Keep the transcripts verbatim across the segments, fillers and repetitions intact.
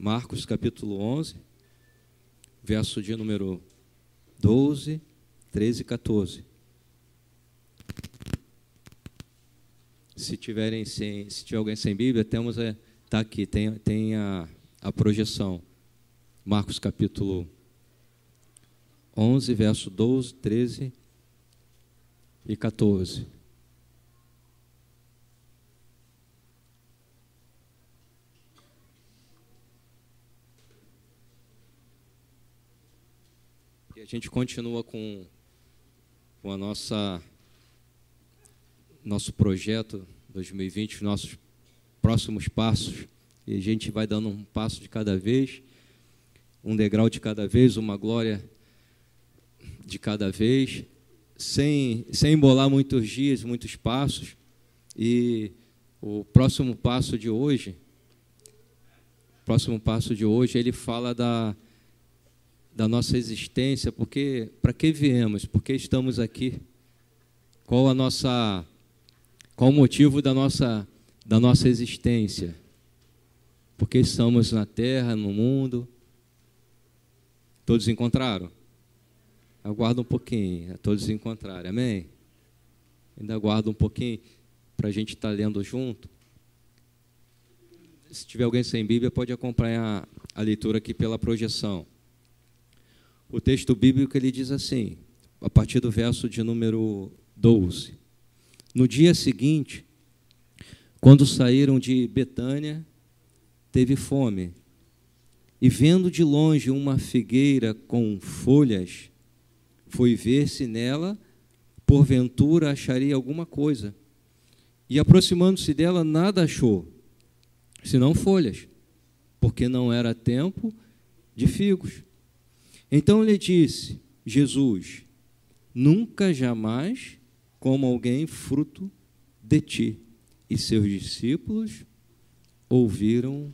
Marcos capítulo onze, verso de número doze, treze e quatorze. Se tiverem sem, se tiver alguém sem Bíblia, temos é, tá aqui, tem, tem a, a projeção. Marcos capítulo onze, verso doze, treze e quatorze. E a gente continua com, com a nossa nosso projeto dois mil e vinte, nossos próximos passos, e a gente vai dando um passo de cada vez, um degrau de cada vez, uma glória de cada vez, sem, sem embolar muitos dias, muitos passos. E o próximo passo de hoje, próximo passo de hoje, ele fala da, da nossa existência, porque para que viemos, por que estamos aqui, qual a nossa, qual o motivo da nossa, da nossa existência, porque estamos na terra, no mundo. Todos encontraram? Aguarda um pouquinho, todos encontraram, amém? Ainda aguarda um pouquinho para a gente estar lendo junto. Se tiver alguém sem Bíblia, pode acompanhar a leitura aqui pela projeção. O texto bíblico ele diz assim, a partir do verso de número doze. No dia seguinte, quando saíram de Betânia, teve fome, e vendo de longe uma figueira com folhas, foi ver se nela, porventura, acharia alguma coisa. E aproximando-se dela, nada achou, senão folhas, porque não era tempo de figos. Então lhe disse Jesus: nunca jamais coma alguém fruto de ti. E seus discípulos ouviram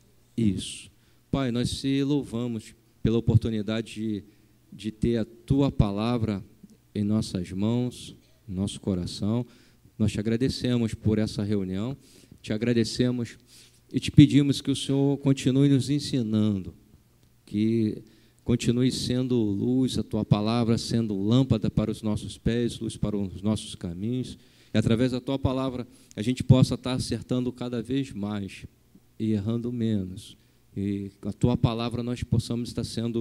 isso. Pai, nós te louvamos pela oportunidade de, de ter a tua palavra em nossas mãos, em nosso coração. Nós te agradecemos por essa reunião, te agradecemos e te pedimos que o Senhor continue nos ensinando, que continue sendo luz, a tua palavra sendo lâmpada para os nossos pés, luz para os nossos caminhos, e através da tua palavra a gente possa estar acertando cada vez mais e errando menos, e com a tua palavra nós possamos estar sendo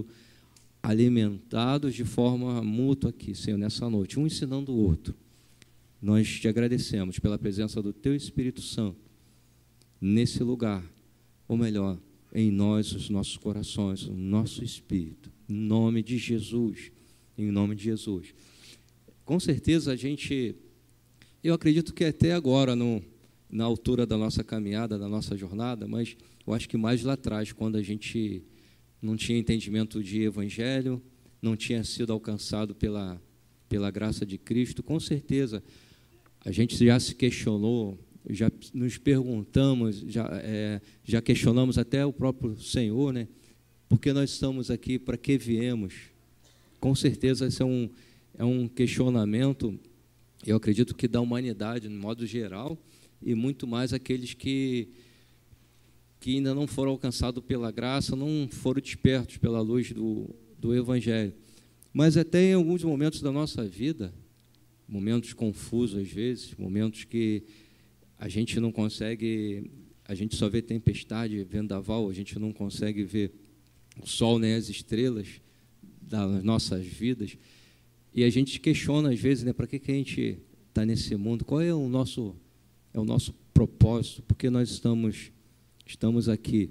alimentados de forma mútua aqui, Senhor, nessa noite, um ensinando o outro. Nós te agradecemos pela presença do teu Espírito Santo nesse lugar, ou melhor, em nós, os nossos corações, o nosso espírito, em nome de Jesus, em nome de Jesus. Com certeza a gente, eu acredito que até agora, no, na altura da nossa caminhada, da nossa jornada, mas eu acho que mais lá atrás, quando a gente não tinha entendimento de evangelho, não tinha sido alcançado pela, pela graça de Cristo, com certeza a gente já se questionou, já nos perguntamos, já, é, já questionamos até o próprio Senhor, né? Por que nós estamos aqui, para que viemos? Com certeza esse é um, é um questionamento, eu acredito que da humanidade, no modo geral, e muito mais aqueles que, que ainda não foram alcançados pela graça, não foram despertos pela luz do, do Evangelho. Mas até em alguns momentos da nossa vida, momentos confusos às vezes, momentos que a gente não consegue, a gente só vê tempestade, vendaval, a gente não consegue ver o sol nem as estrelas das nossas vidas, e a gente questiona às vezes, né, para que, que a gente está nesse mundo, qual é o nosso, é o nosso propósito, porque nós estamos, estamos aqui.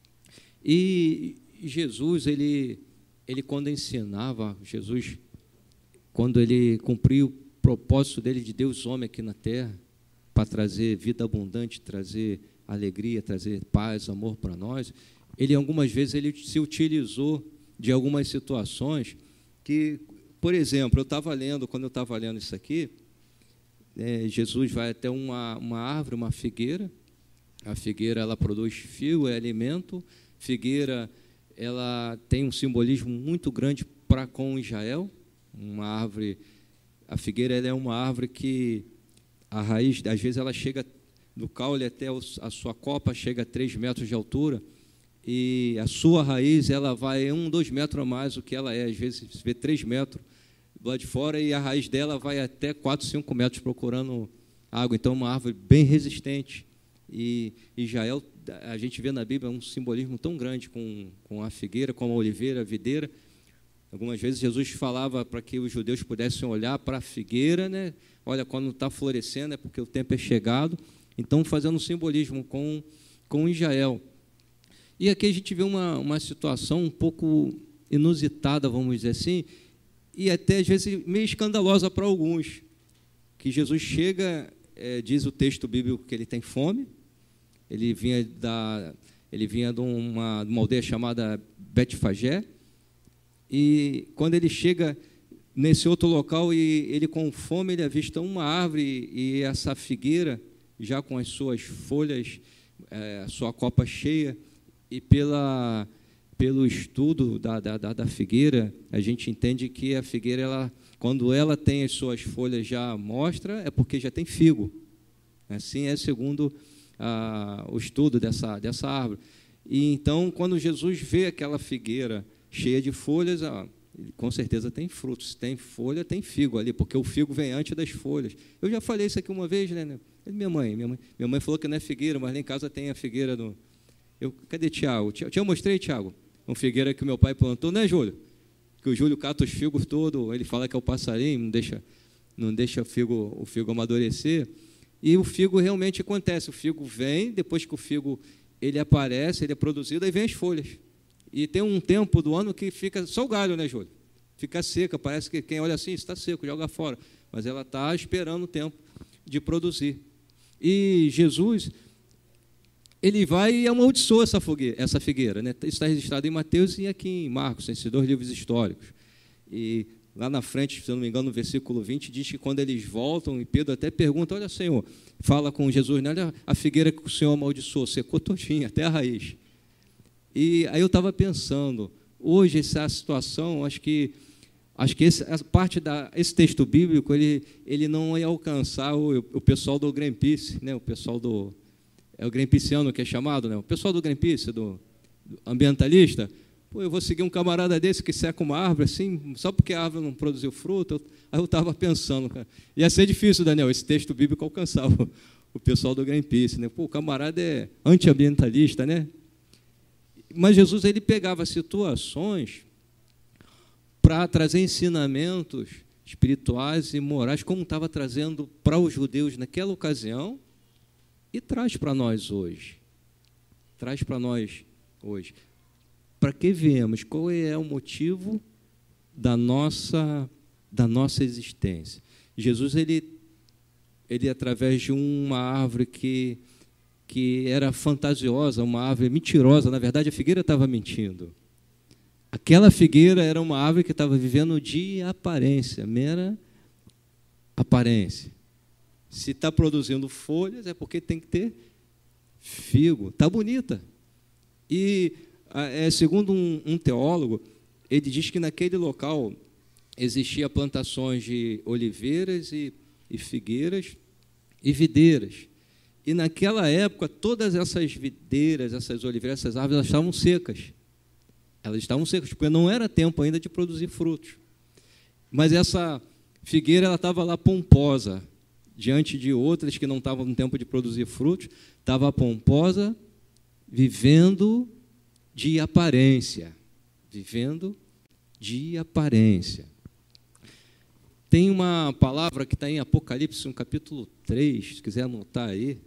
E Jesus, ele, ele quando ensinava, Jesus, quando ele cumpriu o propósito dele de Deus homem aqui na terra, para trazer vida abundante, trazer alegria, trazer paz, amor para nós, ele algumas vezes ele se utilizou de algumas situações que, por exemplo, eu estava lendo, quando eu estava lendo isso aqui, é, Jesus vai até uma, uma árvore, uma figueira, a figueira ela produz fio, é alimento, figueira ela tem um simbolismo muito grande para com Israel, uma árvore, a figueira ela é uma árvore que a raiz, às vezes, ela chega do caule até a sua copa, chega a três metros de altura, e a sua raiz ela vai um, dois metros a mais do que ela é. Às vezes você vê três metros lá de fora e a raiz dela vai até quatro, cinco metros procurando água. Então, é uma árvore bem resistente. E Israel, a gente vê na Bíblia um simbolismo tão grande com, com a figueira, com a oliveira, a videira. Algumas vezes Jesus falava para que os judeus pudessem olhar para a figueira, né? Olha, quando está florescendo é porque o tempo é chegado. Então, fazendo um simbolismo com, com Israel. E aqui a gente vê uma, uma situação um pouco inusitada, vamos dizer assim, e até às vezes meio escandalosa para alguns, que Jesus chega, é, diz o texto bíblico que ele tem fome, ele vinha, da, ele vinha de, uma, de uma aldeia chamada Betfagé, e quando ele chega nesse outro local, e ele com fome, ele avista uma árvore, e essa figueira, já com as suas folhas, é, a sua copa cheia, e pela, pelo estudo da, da, da figueira, a gente entende que a figueira, ela, quando ela tem as suas folhas já mostra, é porque já tem figo. Assim é segundo ah, o estudo dessa, dessa árvore. E então, quando Jesus vê aquela figueira cheia de folhas, ah, com certeza tem frutos. Se tem folha, tem figo ali, porque o figo vem antes das folhas. Eu já falei isso aqui uma vez, né? Minha mãe, minha mãe, minha mãe falou que não é figueira, mas lá em casa tem a figueira do... Eu, cadê Tiago? Eu mostrei, Tiago, uma figueira que o meu pai plantou, né, Júlio? Que o Júlio cata os figos todos, ele fala que é o passarinho, não deixa, não deixa o, figo, o figo amadurecer. E o figo realmente acontece, o figo vem, depois que o figo ele aparece, ele é produzido, aí vem as folhas. E tem um tempo do ano que fica só o galho, né, Júlio? Fica seca, parece que quem olha assim, está seco, joga fora. Mas ela está esperando o tempo de produzir. E Jesus... ele vai e amaldiçoa essa, fogueira, essa figueira. Né? Isso está registrado em Mateus e aqui em Marcos, esses dois livros históricos. E lá na frente, se eu não me engano, no versículo vinte, diz que quando eles voltam, e Pedro até pergunta, olha, Senhor, fala com Jesus, né? Olha a figueira que o Senhor amaldiçoou, secou todinha, até a raiz. E aí eu estava pensando, hoje essa situação, acho que, acho que esse, essa parte da, esse texto bíblico, ele, ele não ia alcançar o, o pessoal do Greenpeace, né? O pessoal do... é o greenpeaciano que é chamado, né? O pessoal do Greenpeace, do, do ambientalista, pô, eu vou seguir um camarada desse que seca uma árvore, assim, só porque a árvore não produziu fruto. Eu, aí eu estava pensando, cara, ia ser difícil, Daniel, esse texto bíblico alcançar o, o pessoal do Greenpeace, né? Pô, o camarada é antiambientalista, né? Mas Jesus, ele pegava situações para trazer ensinamentos espirituais e morais, como estava trazendo para os judeus naquela ocasião, e traz para nós hoje. Traz para nós hoje. Para que viemos? Qual é o motivo da nossa, da nossa existência? Jesus, ele, ele através de uma árvore que, que era fantasiosa, uma árvore mentirosa, na verdade a figueira estava mentindo. Aquela figueira era uma árvore que estava vivendo de aparência, mera aparência. Se está produzindo folhas, é porque tem que ter figo. Está bonita. E, é, segundo um, um teólogo, ele diz que naquele local existia plantações de oliveiras e, e figueiras e videiras. E, naquela época, todas essas videiras, essas oliveiras, essas árvores, elas estavam secas. Elas estavam secas, porque não era tempo ainda de produzir frutos. Mas essa figueira, ela estava lá pomposa, diante de outras que não estavam no tempo de produzir frutos, estava pomposa, vivendo de aparência. Vivendo de aparência. Tem uma palavra que está em Apocalipse, no capítulo três, se quiser anotar aí.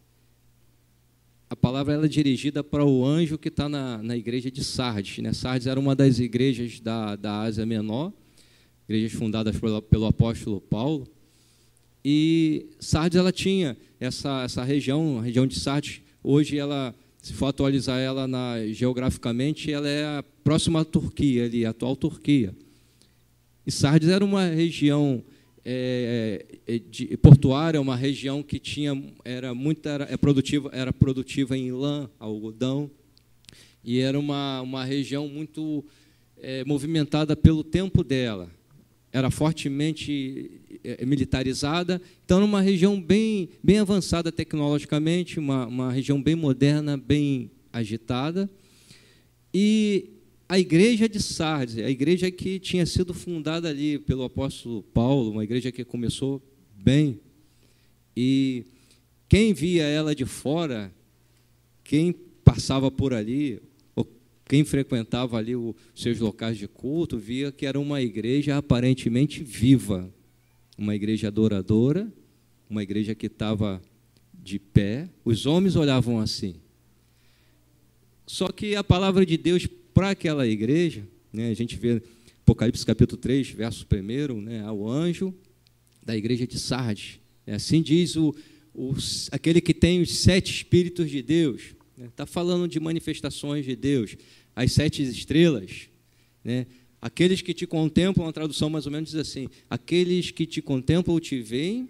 A palavra ela é dirigida para o anjo que está na, na igreja de Sardes. Né? Sardes era uma das igrejas da, da Ásia Menor, igrejas fundadas pelo, pelo apóstolo Paulo. E Sardes, ela tinha essa, essa região, a região de Sardes, hoje, ela, se for atualizar ela na, geograficamente, ela é a próxima à Turquia, ali, a atual Turquia. E Sardes era uma região é, de, portuária, uma região que tinha, era, muito, era, é produtiva, era produtiva em lã, algodão, e era uma, uma região muito é, movimentada pelo tempo dela. Era fortemente militarizada, então era uma região bem, bem avançada tecnologicamente, uma, uma região bem moderna, bem agitada, E a igreja de Sardes, a igreja que tinha sido fundada ali pelo apóstolo Paulo, uma igreja que começou bem, e quem via ela de fora, quem passava por ali, ou quem frequentava ali os seus locais de culto, via que era uma igreja aparentemente viva, uma igreja adoradora, uma igreja que estava de pé. Os homens olhavam assim. Só que a palavra de Deus para aquela igreja, né, a gente vê Apocalipse capítulo três, verso primeiro, né, ao anjo da igreja de Sardes. É, assim diz o, o, aquele que tem os sete Espíritos de Deus. Está, né, falando de manifestações de Deus. As sete estrelas, né, aqueles que te contemplam, a tradução mais ou menos diz assim, aqueles que te contemplam te veem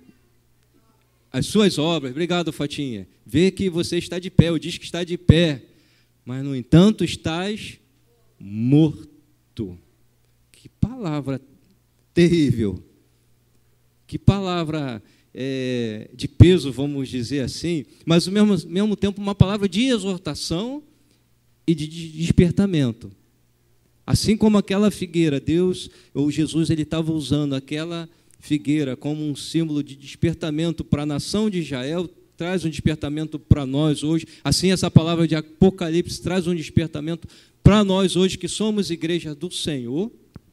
as suas obras. Obrigado, Fatinha. Vê que você está de pé, ou diz que está de pé, mas, no entanto, estás morto. Que palavra terrível. Que palavra é, de peso, vamos dizer assim, mas, ao mesmo, ao mesmo tempo, uma palavra de exortação e de despertamento. Assim como aquela figueira, Deus, ou Jesus, ele estava usando aquela figueira como um símbolo de despertamento para a nação de Israel, traz um despertamento para nós hoje. Assim, essa palavra de Apocalipse traz um despertamento para nós hoje, que somos igreja do Senhor,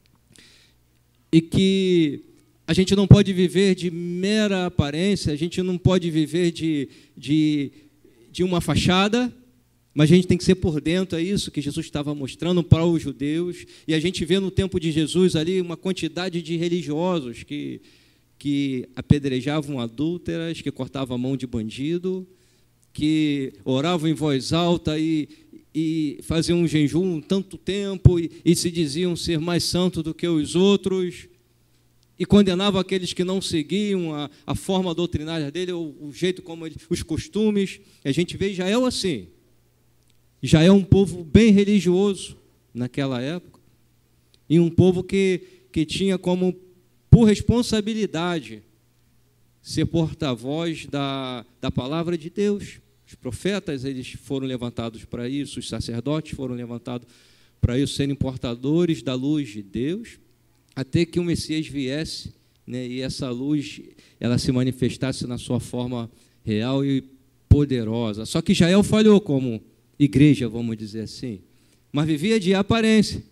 e que a gente não pode viver de mera aparência, a gente não pode viver de, de, de uma fachada, mas a gente tem que ser por dentro. É isso que Jesus estava mostrando para os judeus, e a gente vê no tempo de Jesus ali uma quantidade de religiosos que, que apedrejavam adúlteras, que cortavam a mão de bandido, que oravam em voz alta e, e faziam um jejum tanto tempo e, e se diziam ser mais santos do que os outros, e condenavam aqueles que não seguiam a, a forma doutrinária dele, ou o jeito como ele, os costumes. A gente vê Israel assim. Já é um povo bem religioso naquela época, e um povo que, que tinha como por responsabilidade ser porta-voz da, da palavra de Deus. Os profetas, eles foram levantados para isso, os sacerdotes foram levantados para isso, serem portadores da luz de Deus, até que o Messias viesse, né, e essa luz ela se manifestasse na sua forma real e poderosa. Só que Israel falhou como igreja, vamos dizer assim, mas vivia de aparência.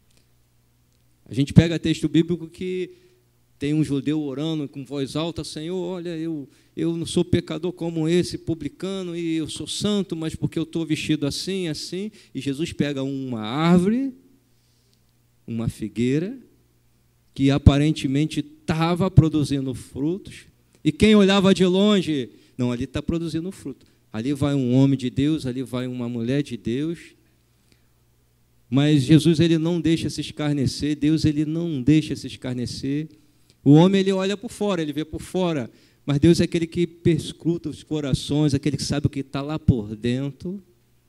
A gente pega texto bíblico que tem um judeu orando com voz alta: Senhor, olha, eu, eu não sou pecador como esse publicano, e eu sou santo, mas porque eu estou vestido assim, assim. E Jesus pega uma árvore, uma figueira, que aparentemente estava produzindo frutos, e quem olhava de longe, não, ali está produzindo fruto. Ali vai um homem de Deus, ali vai uma mulher de Deus. Mas Jesus, ele não deixa se escarnecer, Deus, ele não deixa se escarnecer. O homem, ele olha por fora, ele vê por fora, mas Deus é aquele que perscruta os corações, aquele que sabe o que está lá por dentro.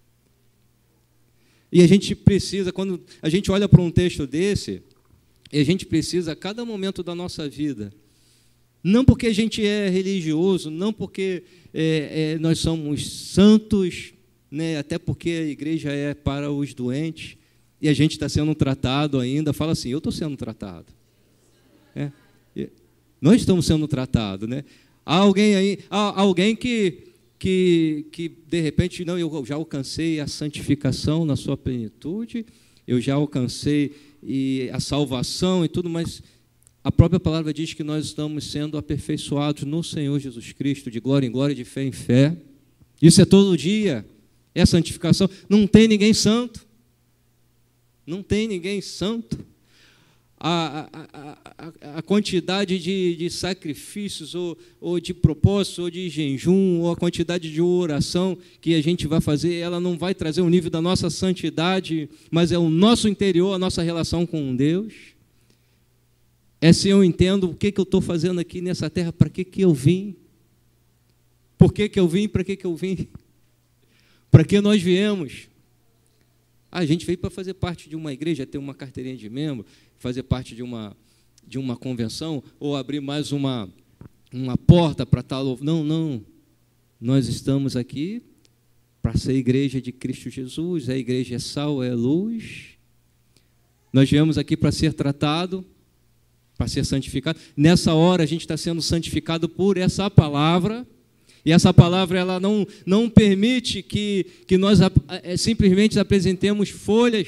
E a gente precisa, quando a gente olha para um texto desse, e a gente precisa, a cada momento da nossa vida, não porque a gente é religioso, não porque é, é, nós somos santos, né, até porque a igreja é para os doentes, e a gente está sendo tratado ainda, fala assim, eu estou sendo tratado. É, nós estamos sendo tratados. Né? Há alguém aí, há alguém que, que, que, de repente, não, eu já alcancei a santificação na sua plenitude, eu já alcancei e a salvação e tudo, mas a própria palavra diz que nós estamos sendo aperfeiçoados no Senhor Jesus Cristo, de glória em glória, de fé em fé. Isso é todo dia, é santificação. Não tem ninguém santo. Não tem ninguém santo. A, a, a, a quantidade de, de sacrifícios, ou, ou de propósitos, ou de jejum, ou a quantidade de oração que a gente vai fazer, ela não vai trazer o nível da nossa santidade, mas é o nosso interior, a nossa relação com Deus. É se eu entendo o que, que eu estou fazendo aqui nessa terra, para que, que eu vim, por que, que eu vim, para que, que eu vim, para que nós viemos. Ah, a gente veio para fazer parte de uma igreja, ter uma carteirinha de membro, fazer parte de uma, de uma convenção, ou abrir mais uma, uma porta para tal. Não, não. Nós estamos aqui para ser a igreja de Cristo Jesus. A igreja é sal, é luz. Nós viemos aqui para ser tratado, para ser santificado. Nessa hora a gente está sendo santificado por essa palavra. E essa palavra ela não, não permite que, que nós é, simplesmente apresentemos folhas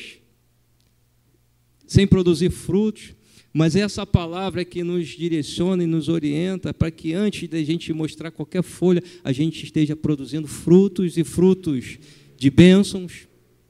sem produzir frutos, mas essa palavra é que nos direciona e nos orienta para que antes da gente mostrar qualquer folha, a gente esteja produzindo frutos e frutos de bênçãos.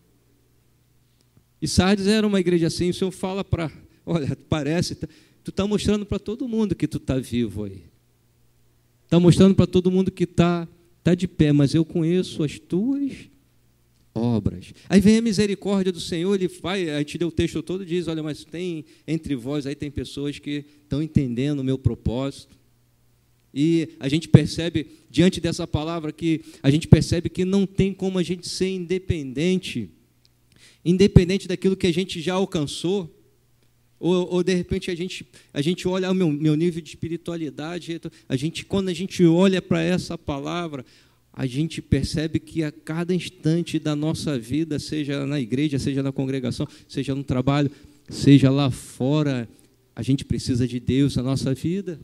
E Sardes era uma igreja assim, o Senhor fala para, olha, parece, tu está mostrando para todo mundo que tu está vivo aí. Está mostrando para todo mundo que está tá de pé, mas eu conheço as tuas obras. Aí vem a misericórdia do Senhor, ele vai, a gente deu o texto todo e diz, olha, mas tem entre vós, aí tem pessoas que estão entendendo o meu propósito. E a gente percebe, diante dessa palavra, que a gente percebe que não tem como a gente ser independente, independente daquilo que a gente já alcançou. Ou, ou, de repente, a gente, a gente olha o meu, meu nível de espiritualidade, a gente, quando a gente olha para essa palavra, a gente percebe que a cada instante da nossa vida, seja na igreja, seja na congregação, seja no trabalho, seja lá fora, a gente precisa de Deus na nossa vida.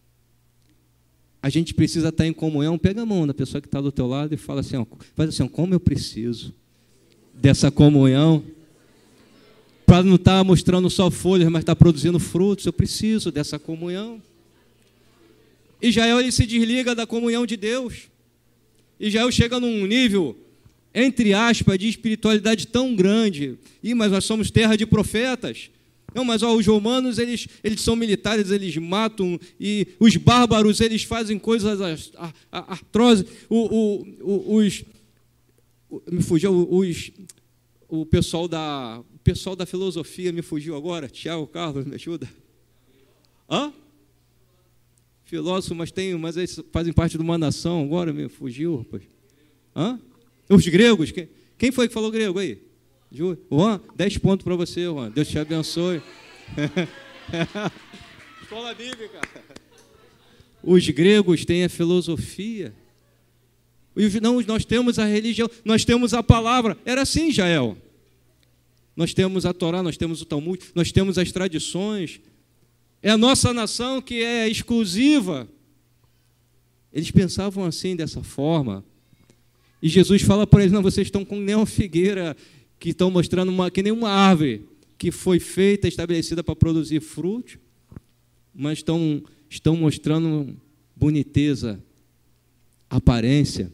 A gente precisa estar em comunhão. Pega a mão da pessoa que está do teu lado e fala assim, ó, faz assim, ó, como eu preciso dessa comunhão, para não estar mostrando só folhas, mas estar produzindo frutos. Eu preciso dessa comunhão. Israel ele se desliga da comunhão de Deus. Israel chega num nível, entre aspas, de espiritualidade tão grande. Ih, mas nós somos terra de profetas. Não, mas ó, os romanos, eles, eles são militares, eles matam, e os bárbaros, eles fazem coisas atrozes. O, o, o, os, o, me fugiu, os, o pessoal da... O pessoal da filosofia me fugiu agora. Tiago, Carlos, me ajuda. Hã? Filósofo, mas tem, mas eles fazem parte de uma nação. Agora me fugiu, rapaz. Hã? Os gregos. Quem, quem foi que falou grego aí? Juan, dez pontos para você, Juan. Deus te abençoe. Escola bíblica. Os gregos têm a filosofia. Não, nós temos a religião, nós temos a palavra. Era assim, Israel. Nós temos a Torá, nós temos o Talmud, nós temos as tradições. É a nossa nação que é exclusiva. Eles pensavam assim, dessa forma. E Jesus fala para eles, não, vocês estão com nem uma figueira, que estão mostrando uma, que nem uma árvore que foi feita, estabelecida para produzir frutos, mas estão, estão mostrando boniteza, aparência.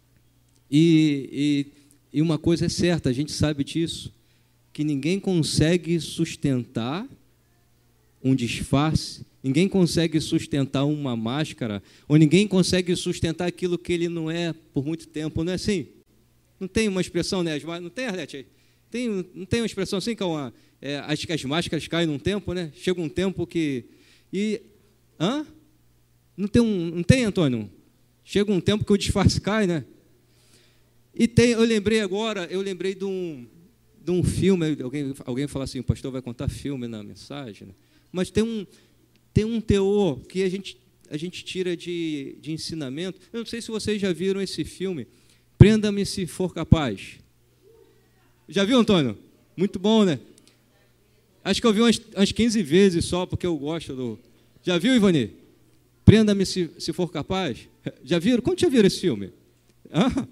E, e, e uma coisa é certa, a gente sabe disso, que ninguém consegue sustentar um disfarce, ninguém consegue sustentar uma máscara, ou ninguém consegue sustentar aquilo que ele não é por muito tempo, não é assim? Não tem uma expressão, né? Não tem, Arlete? Tem, não tem uma expressão assim, que é uma, é, acho que as máscaras caem num tempo, né? Chega um tempo que... E, hã? Não tem, um, não tem, Antônio? Chega um tempo que o disfarce cai, né? E tem, eu lembrei agora, eu lembrei de um, de um filme, alguém, alguém fala assim, o pastor vai contar filme na mensagem, né? Mas tem um, tem um teor que a gente, a gente tira de, de ensinamento. Eu não sei se vocês já viram esse filme, Prenda-me se for capaz. Já viu, Antônio? Muito bom, né? Acho que eu vi umas, umas quinze vezes só, porque eu gosto do... Já viu, Ivani? Prenda-me se, se for capaz. Já viram? Quando já viram esse filme? Ah?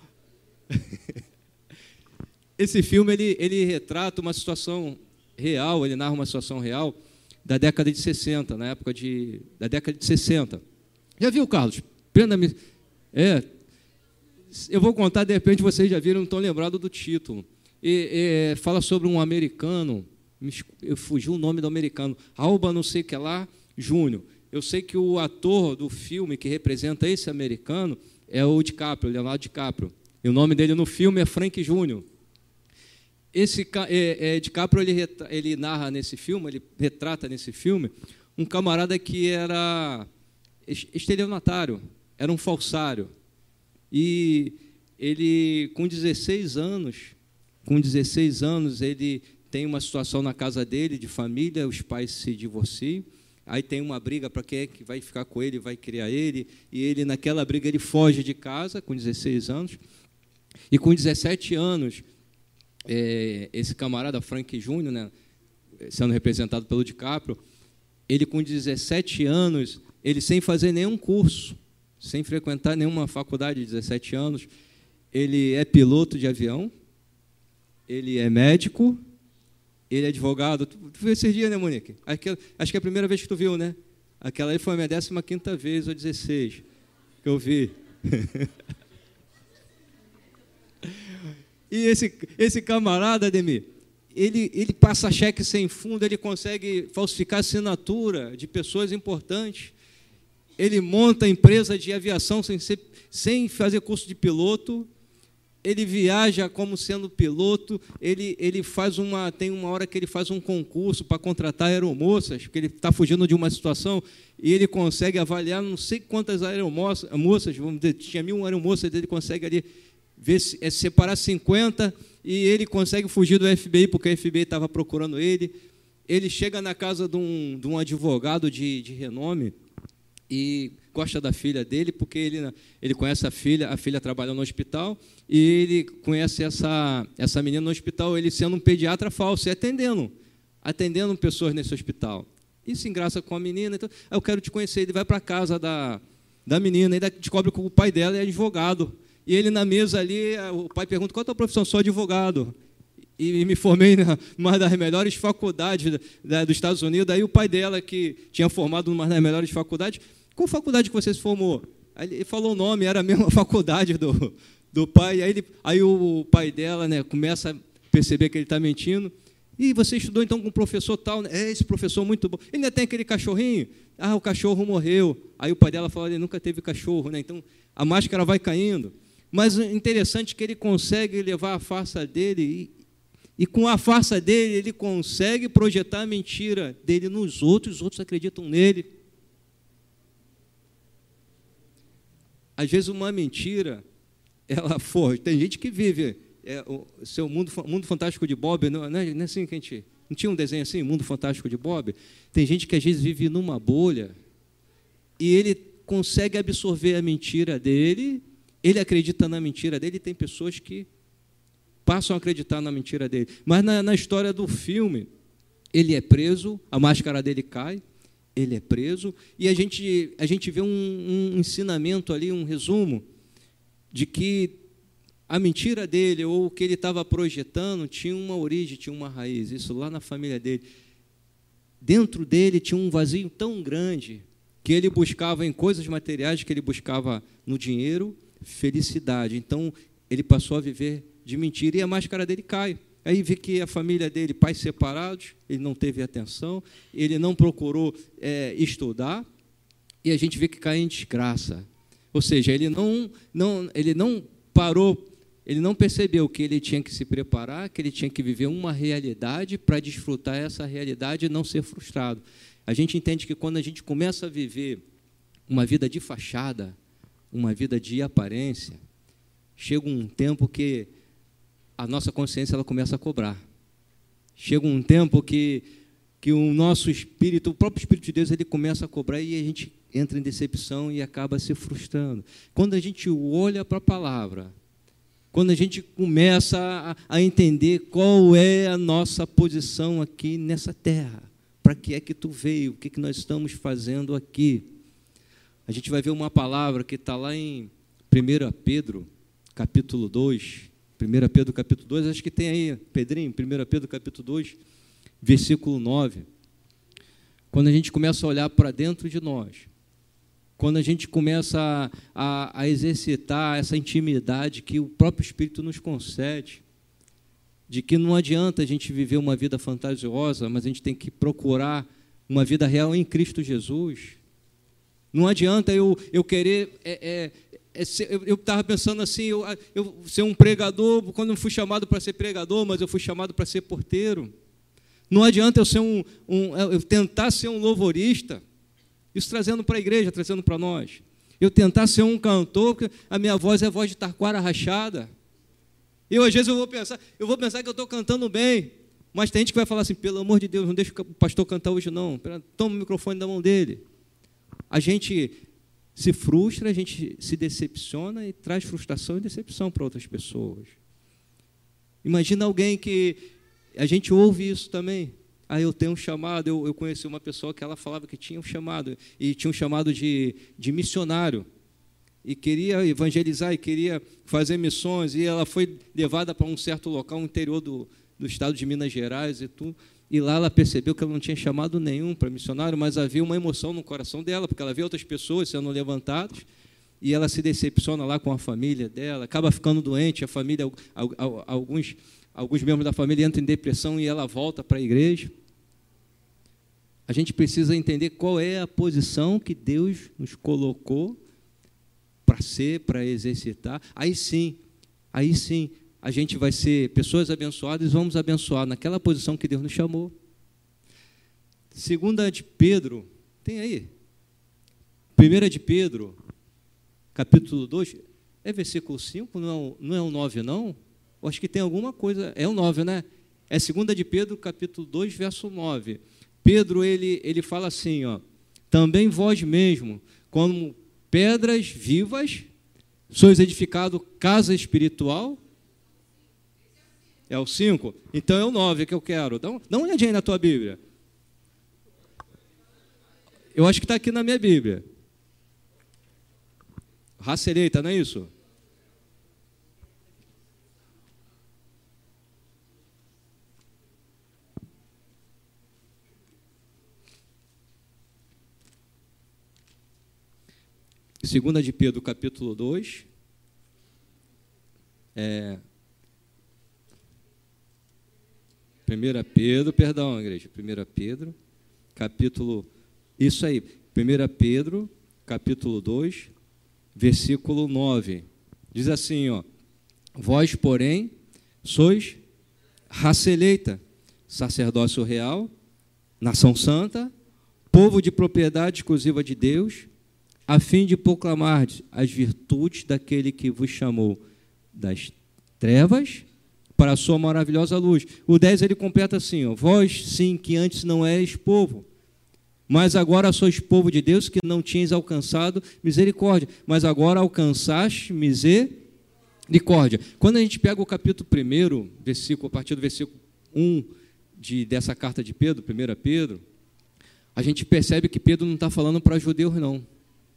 Esse filme, ele, ele retrata uma situação real, ele narra uma situação real da década de sessenta, na época de, da década de sessenta. Já viu, Carlos? Prenda-me... É... Eu vou contar, de repente vocês já viram, não estão lembrados do título. E, e, fala sobre um americano, eu fugi o nome do americano, Alba não sei o que lá, Júnior. Eu sei que o ator do filme que representa esse americano é o DiCaprio, Leonardo DiCaprio. E o nome dele no filme é Frank Júnior Esse é, é, DiCaprio, ele, ele narra nesse filme, ele retrata nesse filme, um camarada que era estelionatário, era um falsário. E ele, com dezesseis anos, com dezesseis anos, ele tem uma situação na casa dele, de família, os pais se divorciam, aí tem uma briga para quem é que vai ficar com ele, vai criar ele, e ele, naquela briga, ele foge de casa, com dezesseis anos, E com dezessete anos, é, esse camarada, Frank Júnior, né, sendo representado pelo DiCaprio, ele com dezessete anos, ele sem fazer nenhum curso, sem frequentar nenhuma faculdade de dezessete anos, ele é piloto de avião, ele é médico, ele é advogado. Tu, tu viu esses dias, né, Monique? Aquela, acho que é a primeira vez que tu viu, né? Aquela aí foi a minha décima quinta vez, ou dezesseis, que eu vi. E esse, esse camarada, Ademir, ele, ele passa cheque sem fundo, ele consegue falsificar assinatura de pessoas importantes, ele monta empresa de aviação sem, ser, sem fazer curso de piloto, ele viaja como sendo piloto, ele, ele faz uma, tem uma hora que ele faz um concurso para contratar aeromoças, porque ele está fugindo de uma situação, e ele consegue avaliar não sei quantas aeromoças, moças, vamos dizer, tinha mil aeromoças, ele consegue ali ver, é, separar cinquenta, e ele consegue fugir do F B I, porque o F B I estava procurando ele. Ele chega na casa de um, de um advogado de, de renome, e gosta da filha dele, porque ele, ele conhece a filha, a filha trabalha no hospital, e ele conhece essa, essa menina no hospital, ele sendo um pediatra falso, e atendendo, atendendo pessoas nesse hospital. E se engraça com a menina, então, eu quero te conhecer. Ele vai para a casa da, da menina, e descobre que o pai dela é advogado. E ele na mesa ali, o pai pergunta, qual é a tua profissão? Sou advogado. E me formei numa das melhores faculdades dos Estados Unidos. Aí o pai dela, que tinha formado numa das melhores faculdades, qual faculdade que você se formou? Aí ele falou o nome, era a mesma faculdade do, do pai. Aí, ele, aí o pai dela, né, começa a perceber que ele está mentindo. E você estudou então com um professor tal? Né? É, esse professor muito bom. Ele ainda tem aquele cachorrinho? Ah, o cachorro morreu. Aí o pai dela falou, ele nunca teve cachorro, né? Então a máscara vai caindo. Mas o interessante é que ele consegue levar a farsa dele e, e com a farsa dele ele consegue projetar a mentira dele nos outros, os outros acreditam nele. Às vezes uma mentira, ela for, tem gente que vive é, o seu mundo, mundo fantástico de Bob, não, não é assim que a gente, não tinha um desenho assim, Mundo Fantástico de Bob? Tem gente que às vezes vive numa bolha e ele consegue absorver a mentira dele, ele acredita na mentira dele, e tem pessoas que passam a acreditar na mentira dele. Mas na, na história do filme, ele é preso, a máscara dele cai, ele é preso, e a gente, a gente vê um, um ensinamento ali, um resumo, de que a mentira dele, ou o que ele estava projetando, tinha uma origem, tinha uma raiz, isso lá na família dele. Dentro dele tinha um vazio tão grande, que ele buscava em coisas materiais, que ele buscava no dinheiro, felicidade. Então, ele passou a viver de mentira, e a máscara dele cai. Aí vê que a família dele, pais separados, ele não teve atenção, ele não procurou é, estudar, e a gente vê que cai em desgraça. Ou seja, ele não, não, ele não parou, ele não percebeu que ele tinha que se preparar, que ele tinha que viver uma realidade para desfrutar essa realidade e não ser frustrado. A gente entende que quando a gente começa a viver uma vida de fachada, uma vida de aparência, chega um tempo que a nossa consciência ela começa a cobrar. Chega um tempo que, que o nosso espírito, o próprio Espírito de Deus, ele começa a cobrar e a gente entra em decepção e acaba se frustrando. Quando a gente olha para a palavra, quando a gente começa a, a entender qual é a nossa posição aqui nessa terra, para que é que tu veio, o que, que nós estamos fazendo aqui, a gente vai ver uma palavra que está lá em primeira Pedro, capítulo dois, primeira Pedro, capítulo dois, acho que tem aí, Pedrinho, primeira Pedro, capítulo dois, versículo nove. Quando a gente começa a olhar para dentro de nós, quando a gente começa a, a, a exercitar essa intimidade que o próprio Espírito nos concede, de que não adianta a gente viver uma vida fantasiosa, mas a gente tem que procurar uma vida real em Cristo Jesus. Não adianta eu, eu querer... É, é, eu estava pensando assim, eu, eu ser um pregador, quando eu fui chamado para ser pregador, mas eu fui chamado para ser porteiro. Não adianta eu, ser um, um, eu tentar ser um louvorista, isso trazendo para a igreja, trazendo para nós. Eu tentar ser um cantor, porque a minha voz é a voz de taquara rachada. Eu, às vezes, eu vou pensar, eu vou pensar que eu estou cantando bem, mas tem gente que vai falar assim, pelo amor de Deus, não deixa o pastor cantar hoje não, toma o microfone da mão dele. A gente se frustra, a gente se decepciona e traz frustração e decepção para outras pessoas. Imagina alguém que a gente ouve isso também. Ah, eu tenho um chamado, eu, eu conheci uma pessoa que ela falava que tinha um chamado, e tinha um chamado de, de missionário, e queria evangelizar, e queria fazer missões, e ela foi levada para um certo local no interior do, do estado de Minas Gerais, e, tudo, e lá ela percebeu que ela não tinha chamado nenhum para missionário, mas havia uma emoção no coração dela, porque ela vê outras pessoas sendo levantadas, e ela se decepciona lá com a família dela, acaba ficando doente, a família, alguns, alguns membros da família entram em depressão e ela volta para a igreja. A gente precisa entender qual é a posição que Deus nos colocou para ser, para exercitar. Aí sim, aí sim, a gente vai ser pessoas abençoadas e vamos abençoar naquela posição que Deus nos chamou. Segunda de Pedro, tem aí? Primeira de Pedro, capítulo dois, é versículo cinco, não é o, não é o nove, não? Eu acho que tem alguma coisa, é o nove, né? É segunda de Pedro, capítulo dois, verso nove. Pedro, ele, ele fala assim, ó, também vós mesmo, como pedras vivas, sois edificado casa espiritual. É o cinco? Então é o nove que eu quero. Dá, dá uma olhadinha aí na tua Bíblia. Eu acho que está aqui na minha Bíblia. Raça eleita, não é isso? Segunda de Pedro, capítulo dois. É, Primeira Pedro, perdão, igreja. Primeira Pedro, capítulo... Isso aí. Primeira Pedro, capítulo dois, versículo nove. Diz assim, ó. Vós, porém, sois raça eleita, sacerdócio real, nação santa, povo de propriedade exclusiva de Deus, a fim de proclamar as virtudes daquele que vos chamou das trevas para a sua maravilhosa luz. O dez ele completa assim, ó, vós sim que antes não erais povo, mas agora sois povo de Deus, que não tinhas alcançado misericórdia, mas agora alcançaste misericórdia. Quando a gente pega o capítulo primeiro, versículo, a partir do versículo um de, dessa carta de Pedro, primeira Pedro, a gente percebe que Pedro não está falando para judeus, não.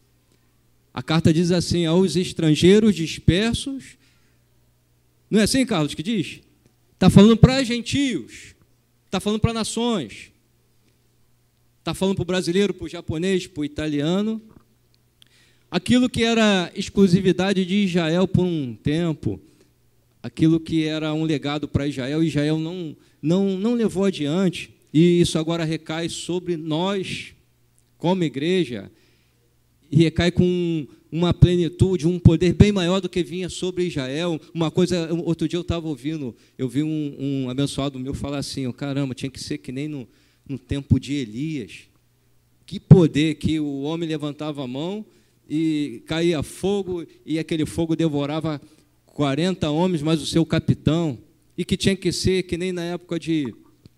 A carta diz assim, aos estrangeiros dispersos. Não é assim, Carlos, que diz? Está falando para gentios, está falando para nações, está falando para o brasileiro, para o japonês, para o italiano. Aquilo que era exclusividade de Israel por um tempo, aquilo que era um legado para Israel, Israel não, não, não levou adiante, e isso agora recai sobre nós, como igreja, e recai com uma plenitude, um poder bem maior do que vinha sobre Israel. Uma coisa, outro dia eu estava ouvindo, eu vi um, um abençoado meu falar assim, oh, caramba, tinha que ser que nem no, no tempo de Elias. Que poder, que o homem levantava a mão e caía fogo, e aquele fogo devorava quarenta homens, mais o seu capitão, e que tinha que ser que nem na época de,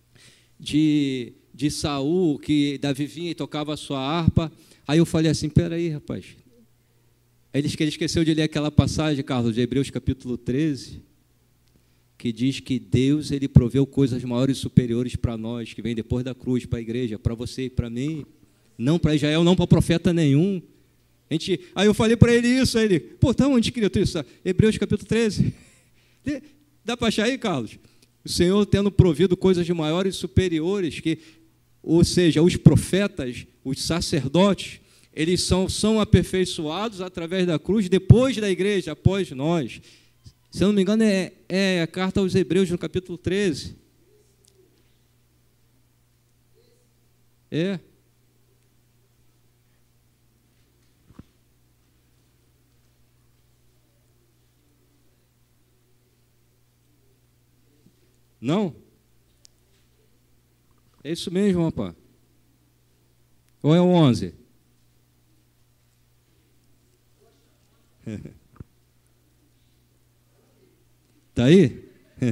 de, de Saul, que Davi vinha e tocava a sua harpa. Aí eu falei assim, peraí, rapaz. Aí ele esqueceu de ler aquela passagem, Carlos, de Hebreus capítulo treze, que diz que Deus ele proveu coisas maiores e superiores para nós, que vem depois da cruz, para a igreja, para você e para mim, não para Israel, não para profeta nenhum. A gente, aí eu falei para ele isso, aí ele, pô, tá onde escrito isso? Hebreus capítulo treze. Dá para achar aí, Carlos? O Senhor tendo provido coisas de maiores e superiores, que, ou seja, os profetas, os sacerdotes, eles são, são aperfeiçoados através da cruz, depois da igreja, após nós. Se eu não me engano, é, é a carta aos Hebreus, no capítulo treze. É. Não? É isso mesmo, rapaz. Ou é o onze? Está aí?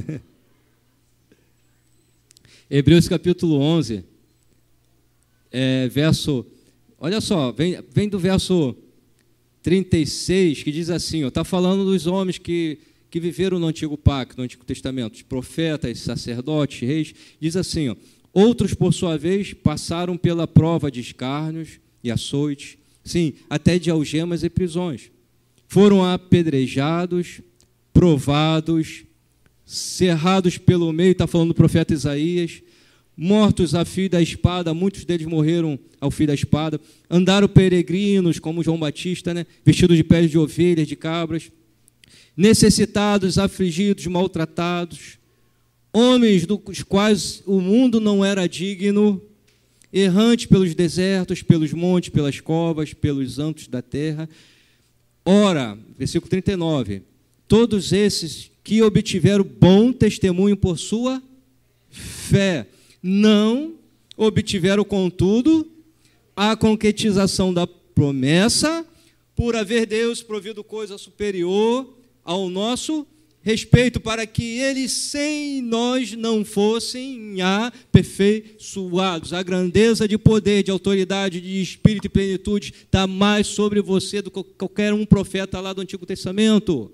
Hebreus capítulo onze, é, verso, olha só, vem, vem do verso trinta e seis, que diz assim, está falando dos homens que, que viveram no Antigo Pacto, no Antigo Testamento, os profetas, sacerdotes, reis, diz assim, ó, outros, por sua vez, passaram pela prova de escárnios e açoites, sim, até de algemas e prisões. Foram apedrejados, provados, cerrados pelo meio, está falando do profeta Isaías, mortos a fio da espada, muitos deles morreram ao fio da espada, andaram peregrinos, como João Batista, né, vestidos de peles de ovelhas, de cabras, necessitados, afligidos, maltratados, homens dos quais o mundo não era digno, errantes pelos desertos, pelos montes, pelas covas, pelos antros da terra. Ora, versículo trinta e nove, todos esses que obtiveram bom testemunho por sua fé, não obtiveram, contudo, a concretização da promessa, por haver Deus provido coisa superior ao nosso respeito, para que eles sem nós não fossem aperfeiçoados. A grandeza de poder, de autoridade, de espírito e plenitude está mais sobre você do que qualquer um profeta lá do Antigo Testamento.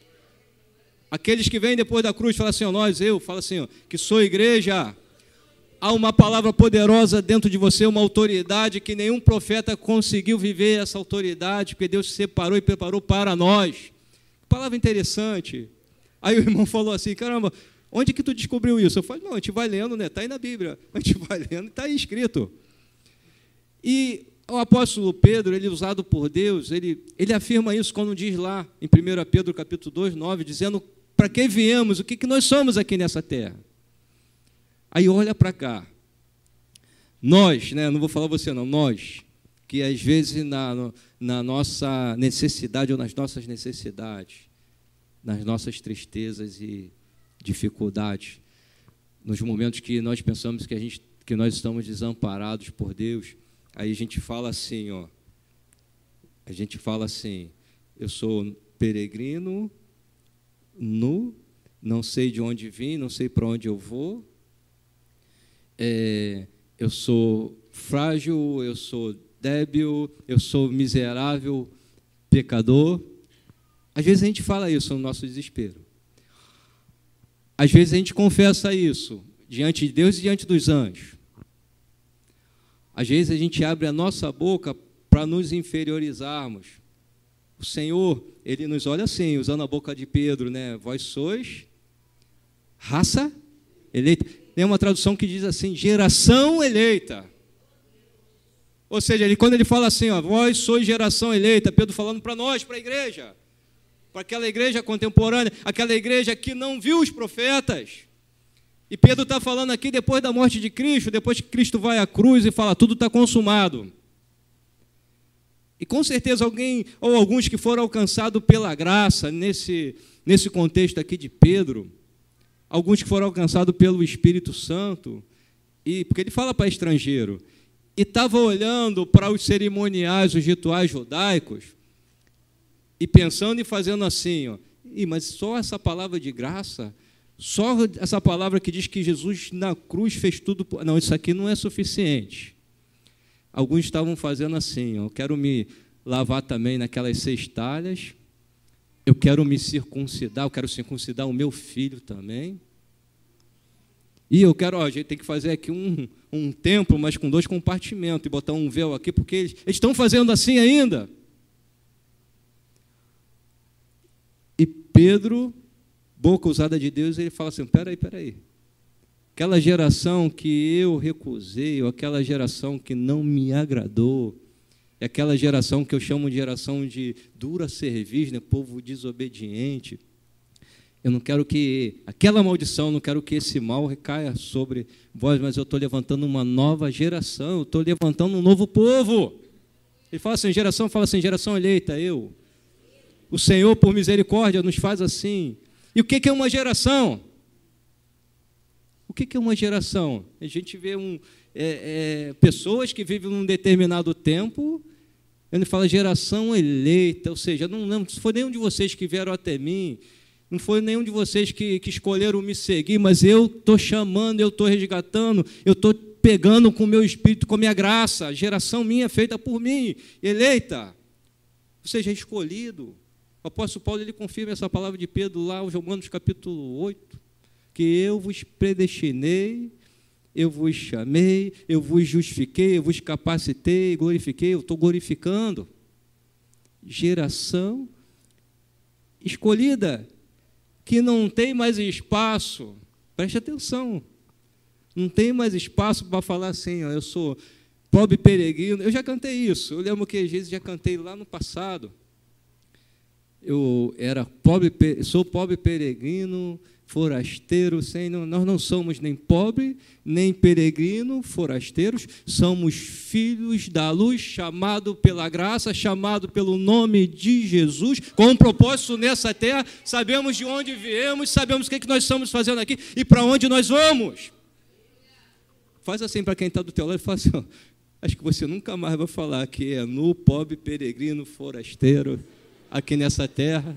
Aqueles que vêm depois da cruz falam assim, ó, nós, eu, fala assim, ó, que sou igreja. Há uma palavra poderosa dentro de você, uma autoridade que nenhum profeta conseguiu viver essa autoridade, porque Deus se separou e preparou para nós. Palavra interessante. Aí o irmão falou assim, caramba, onde que tu descobriu isso? Eu falei, não, a gente vai lendo, né? Está aí na Bíblia. A gente vai lendo e está aí escrito. E o apóstolo Pedro, ele usado por Deus, ele, ele afirma isso quando diz lá, em primeiro Pedro, capítulo dois, nove, dizendo, para que viemos, o que, que nós somos aqui nessa terra? Aí olha para cá. Nós, né, não vou falar você não, nós, que às vezes na, na nossa necessidade ou nas nossas necessidades, nas nossas tristezas e dificuldades, nos momentos que nós pensamos que, a gente, que nós estamos desamparados por Deus, aí a gente fala assim, ó, a gente fala assim, eu sou peregrino, nu, não sei de onde vim, não sei para onde eu vou, é, eu sou frágil, eu sou débil, eu sou miserável, pecador. Às vezes a gente fala isso no nosso desespero. Às vezes a gente confessa isso diante de Deus e diante dos anjos. Às vezes a gente abre a nossa boca para nos inferiorizarmos. O Senhor, Ele nos olha assim, usando a boca de Pedro, né? Vós sois raça eleita. Tem uma tradução que diz assim, geração eleita. Ou seja, ele, quando ele fala assim, ó, vós sois geração eleita, Pedro falando para nós, para a igreja, para aquela igreja contemporânea, aquela igreja que não viu os profetas. E Pedro está falando aqui depois da morte de Cristo, depois que Cristo vai à cruz e fala, tudo está consumado. E com certeza alguém, ou alguns que foram alcançados pela graça, nesse, nesse contexto aqui de Pedro, alguns que foram alcançados pelo Espírito Santo, e, porque ele fala para estrangeiro, e estava olhando para os cerimoniais, os rituais judaicos, e pensando e fazendo assim, ó, Ih, mas só essa palavra de graça, só essa palavra que diz que Jesus na cruz fez tudo, não, isso aqui não é suficiente. Alguns estavam fazendo assim, ó, eu quero me lavar também naquelas seis talhas, eu quero me circuncidar, eu quero circuncidar o meu filho também. E eu quero, ó, a gente tem que fazer aqui um, um templo, mas com dois compartimentos, e botar um véu aqui, porque eles, eles estão fazendo assim ainda. E Pedro, boca usada de Deus, ele fala assim, peraí, peraí. Aquela geração que eu recusei, ou aquela geração que não me agradou, é aquela geração que eu chamo de geração de dura cerviz, né, povo desobediente. Eu não quero que aquela maldição, não quero que esse mal recaia sobre vós, mas eu estou levantando uma nova geração, eu estou levantando um novo povo. Ele fala assim, geração, fala assim, geração eleita, eu. O Senhor, por misericórdia, nos faz assim. E o que é uma geração? O que é uma geração? A gente vê um, é, é, pessoas que vivem num determinado tempo, ele fala geração eleita, ou seja, não, não foi nenhum de vocês que vieram até mim, não foi nenhum de vocês que, que escolheram me seguir, mas eu estou chamando, eu estou resgatando, eu estou pegando com o meu espírito, com a minha graça, a geração minha feita por mim, eleita. Você já é escolhido. O apóstolo Paulo ele confirma essa palavra de Pedro lá, em Romanos capítulo oito, que eu vos predestinei, eu vos chamei, eu vos justifiquei, eu vos capacitei, glorifiquei, eu estou glorificando. Geração escolhida, que não tem mais espaço, preste atenção, não tem mais espaço para falar assim, ó, eu sou pobre peregrino. Eu já cantei isso, eu lembro que às vezes já cantei lá no passado. Eu era pobre, sou pobre peregrino, forasteiro, sem, nós não somos nem pobre, nem peregrino, forasteiros, somos filhos da luz, chamado pela graça, chamado pelo nome de Jesus, com um propósito nessa terra, sabemos de onde viemos, sabemos o que, é que nós estamos fazendo aqui e para onde nós vamos. Faz assim para quem está do teu lado e fala assim, ó, acho que você nunca mais vai falar que é nu, pobre, peregrino, forasteiro, aqui nessa terra.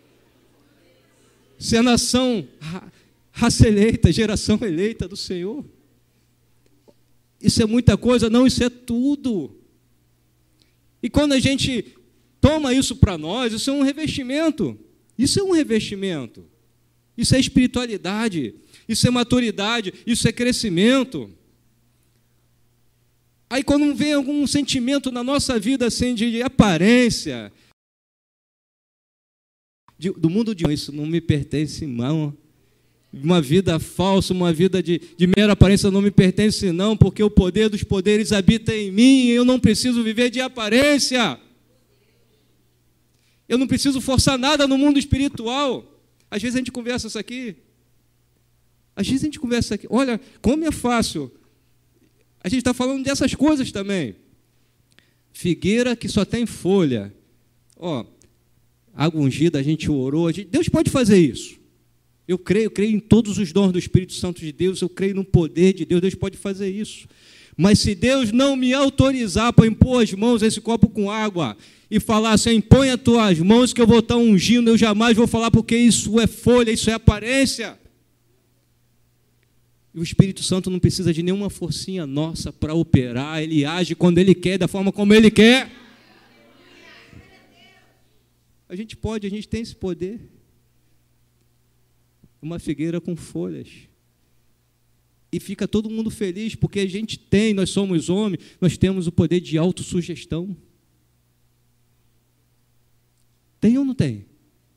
Ser nação, raça eleita, geração eleita do Senhor. Isso é muita coisa? Não, isso é tudo. E quando a gente toma isso para nós, isso é um revestimento. Isso é um revestimento. Isso é espiritualidade. Isso é maturidade. Isso é crescimento. Aí quando vem algum sentimento na nossa vida assim de aparência, de, do mundo de isso não me pertence, não. Uma vida falsa, uma vida de, de mera aparência não me pertence, não, porque o poder dos poderes habita em mim e eu não preciso viver de aparência. Eu não preciso forçar nada no mundo espiritual. Às vezes a gente conversa isso aqui. Às vezes a gente conversa aqui. Olha, como é fácil. A gente está falando dessas coisas também. Figueira que só tem folha. Ó, água ungida, a gente orou. A gente, Deus pode fazer isso. Eu creio, eu creio em todos os dons do Espírito Santo de Deus, eu creio no poder de Deus, Deus pode fazer isso. Mas se Deus não me autorizar para impor as mãos a esse copo com água e falar assim, impõe as tuas mãos que eu vou estar ungindo, eu jamais vou falar porque isso é folha, isso é aparência. E o Espírito Santo não precisa de nenhuma forcinha nossa para operar, ele age quando ele quer, da forma como ele quer. A gente pode, a gente tem esse poder. Uma figueira com folhas. E fica todo mundo feliz, porque a gente tem, nós somos homens, nós temos o poder de autossugestão. Tem ou não tem?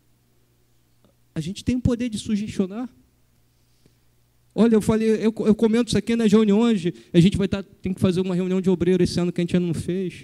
A gente tem o poder de sugestionar. Olha, eu falei, eu, eu comento isso aqui nas reuniões, a gente vai estar, tem que fazer uma reunião de obreiro esse ano que a gente ainda não fez.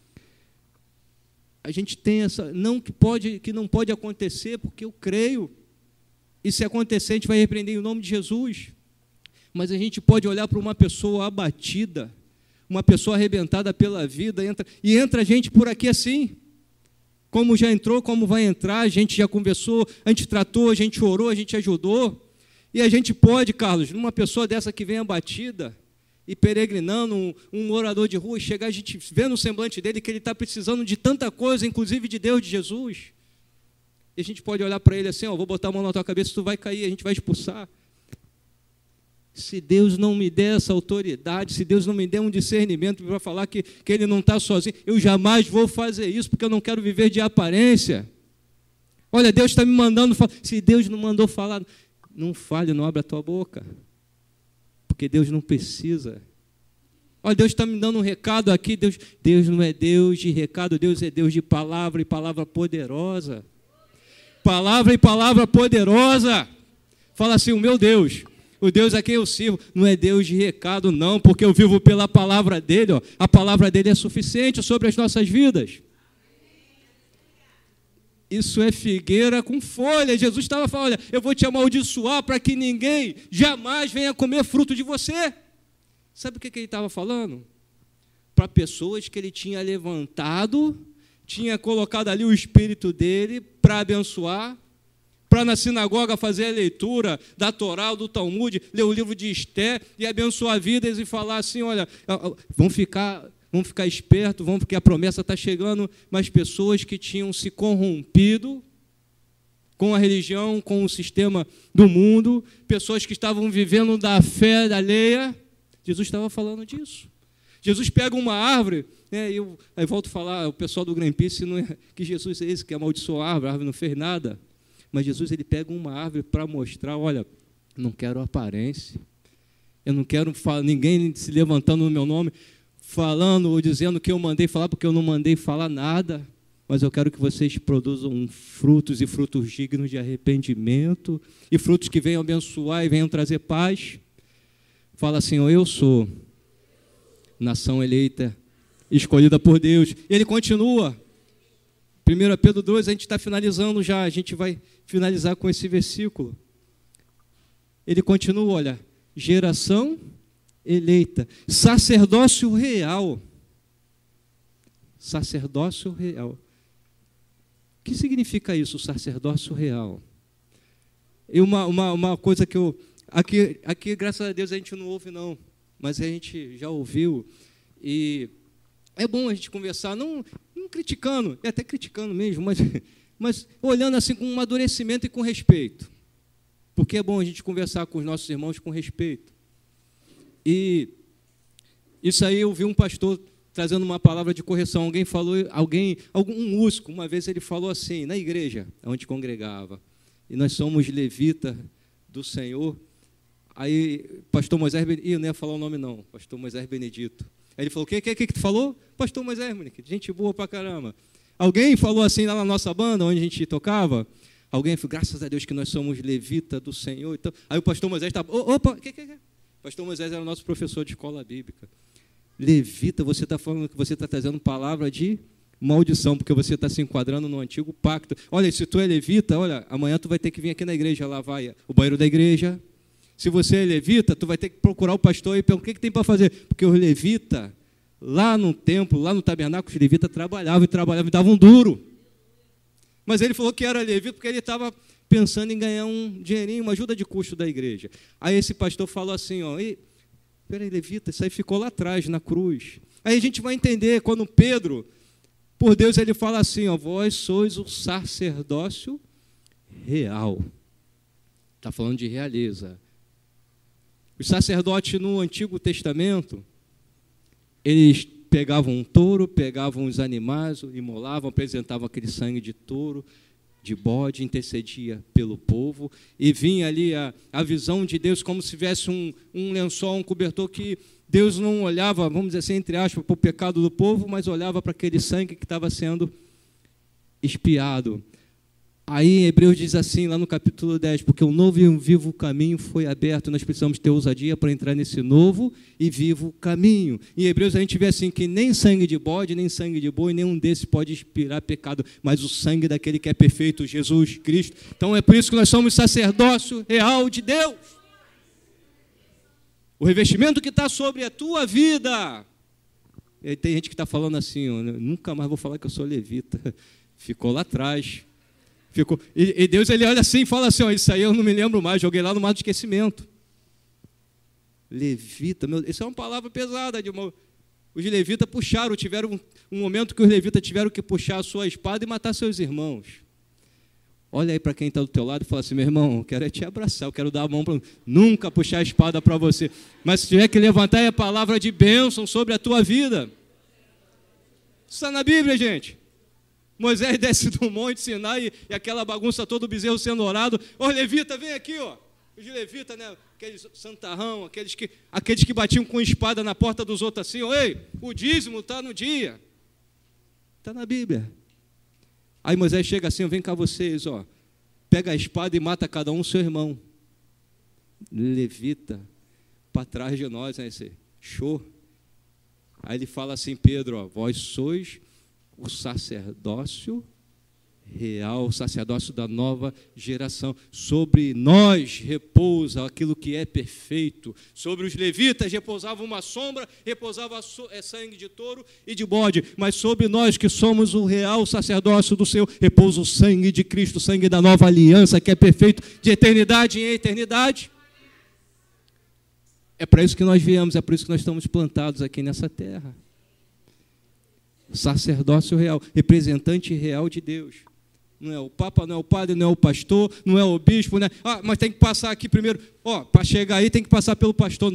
A gente tem essa, não que, pode, que não pode acontecer, porque eu creio. E se acontecer, a gente vai repreender em nome de Jesus. Mas a gente pode olhar para uma pessoa abatida, uma pessoa arrebentada pela vida, entra, e entra a gente por aqui assim. Como já entrou, como vai entrar, a gente já conversou, a gente tratou, a gente orou, a gente ajudou. E a gente pode, Carlos, numa pessoa dessa que vem abatida e peregrinando, um, um morador de rua, chegar, a gente vê no semblante dele que ele está precisando de tanta coisa, inclusive de Deus, de Jesus. E a gente pode olhar para ele assim, ó, vou botar a mão na tua cabeça, tu vai cair, a gente vai expulsar. Se Deus não me der essa autoridade, se Deus não me der um discernimento para falar que, que ele não está sozinho, eu jamais vou fazer isso, porque eu não quero viver de aparência. Olha, Deus está me mandando falar. Se Deus não mandou falar, não fale, não abra a tua boca, porque Deus não precisa. Olha, Deus está me dando um recado aqui, Deus, Deus não é Deus de recado, Deus é Deus de palavra e palavra poderosa. Palavra e palavra poderosa. Fala assim, o meu Deus, o Deus a quem eu sirvo, não é Deus de recado não, porque eu vivo pela palavra dele, ó. A palavra dele é suficiente sobre as nossas vidas. Isso é figueira com folha. Jesus estava falando, olha, eu vou te amaldiçoar para que ninguém jamais venha comer fruto de você. Sabe o que ele estava falando? Para pessoas que ele tinha levantado, tinha colocado ali o Espírito dele para abençoar, para na sinagoga fazer a leitura da Torá, do Talmud, ler o livro de Esté e abençoar vidas e falar assim, olha, vão ficar, vão ficar espertos, vão, porque a promessa está chegando, mas pessoas que tinham se corrompido com a religião, com o sistema do mundo, pessoas que estavam vivendo da fé alheia, Jesus estava falando disso. Jesus pega uma árvore, né, e eu, aí volto a falar, o pessoal do Greenpeace, não é, que Jesus é esse que amaldiçoou a árvore, a árvore não fez nada. Mas Jesus, ele pega uma árvore para mostrar, olha, não quero aparência, eu não quero falar, ninguém se levantando no meu nome, falando ou dizendo que eu mandei falar, porque eu não mandei falar nada, mas eu quero que vocês produzam frutos e frutos dignos de arrependimento, e frutos que venham abençoar e venham trazer paz. Fala assim, oh, eu sou nação eleita, escolhida por Deus. E ele continua, primeiro Pedro dois, a gente está finalizando já, a gente vai finalizar com esse versículo. Ele continua, olha, geração eleita, sacerdócio real. Sacerdócio real. O que significa isso, sacerdócio real? E uma, uma, uma coisa que eu... Aqui, aqui, graças a Deus, a gente não ouve, não. Mas a gente já ouviu. E é bom a gente conversar, não, não criticando, e até criticando mesmo, mas, mas olhando assim com um amadurecimento e com respeito. Porque é bom a gente conversar com os nossos irmãos com respeito. E isso aí eu vi um pastor trazendo uma palavra de correção. Alguém falou, alguém, algum um músico, uma vez ele falou assim, na igreja onde congregava, e nós somos levita do Senhor. Aí, pastor Moisés, Ih, eu não ia falar o nome não, pastor Moisés Benedito. Aí ele falou, o que, que, que, que tu falou? Pastor Moisés, gente boa pra caramba. Alguém falou assim lá na nossa banda, onde a gente tocava, alguém falou, graças a Deus que nós somos levita do Senhor. Então, aí o pastor Moisés estava, opa, que, que, que? Pastor Moisés era o nosso professor de escola bíblica. Levita, você está falando que você está trazendo palavra de maldição, porque você está se enquadrando no antigo pacto. Olha, se tu é levita, olha, amanhã tu vai ter que vir aqui na igreja lavar o banheiro da igreja. Se você é levita, tu vai ter que procurar o pastor e perguntar o que, que tem para fazer. Porque os levitas, lá no templo, lá no tabernáculo, os levitas trabalhavam e trabalhavam e davam duro. Mas ele falou que era levita porque ele estava pensando em ganhar um dinheirinho, uma ajuda de custo da igreja. Aí esse pastor falou assim, ó, peraí, levita, isso aí ficou lá atrás, na cruz. Aí a gente vai entender, quando Pedro, por Deus, ele fala assim, ó, vós sois o sacerdócio real. Está falando de realeza. Os sacerdotes no Antigo Testamento, eles pegavam um touro, pegavam os animais, imolavam, apresentavam aquele sangue de touro, de bode, intercedia pelo povo, e vinha ali a, a visão de Deus como se tivesse um, um lençol, um cobertor que Deus não olhava, vamos dizer assim, entre aspas, para o pecado do povo, mas olhava para aquele sangue que estava sendo expiado. Aí Hebreus diz assim, lá no capítulo dez, porque um novo e um vivo caminho foi aberto, nós precisamos ter ousadia para entrar nesse novo e vivo caminho. Em Hebreus a gente vê assim, que nem sangue de bode, nem sangue de boi, nenhum desses pode expirar pecado, mas o sangue daquele que é perfeito, Jesus Cristo. Então é por isso que nós somos sacerdócio real de Deus. O revestimento que está sobre a tua vida. E tem gente que está falando assim, ó, nunca mais vou falar que eu sou levita. Ficou lá atrás. Ficou. E, e Deus, ele olha assim e fala assim, ó, isso aí eu não me lembro mais, joguei lá no mar do esquecimento. Levita, meu, isso é uma palavra pesada. De uma, os levitas puxaram, tiveram um, um momento que os levitas tiveram que puxar a sua espada e matar seus irmãos. Olha aí para quem está do teu lado e fala assim, meu irmão, eu quero é te abraçar, eu quero dar a mão para nunca puxar a espada para você. Mas se tiver que levantar, é a palavra de bênção sobre a tua vida. Isso está na Bíblia, gente. Moisés desce do monte Sinai e aquela bagunça toda, o bezerro sendo orado. Ô, levita, vem aqui, ó. Os levitas, né? Aqueles santarrão, aqueles que, aqueles que batiam com espada na porta dos outros assim, ó, ei, o dízimo está no dia. Está na Bíblia. Aí Moisés chega assim, vem cá vocês, ó. Pega a espada e mata cada um seu irmão. Levita, para trás de nós, né? Esse show. Aí ele fala assim, Pedro, ó, vós sois o sacerdócio real, o sacerdócio da nova geração. Sobre nós repousa aquilo que é perfeito. Sobre os levitas repousava uma sombra, repousava sangue de touro e de bode. Mas sobre nós que somos o real sacerdócio do Senhor, repousa o sangue de Cristo, o sangue da nova aliança, que é perfeito de eternidade em eternidade. É para isso que nós viemos, é por isso que nós estamos plantados aqui nessa terra. Sacerdócio real, representante real de Deus. Não é o Papa, não é o padre, não é o pastor, não é o bispo, né? Ah, mas tem que passar aqui primeiro. Ó, para chegar aí tem que passar pelo pastor, não.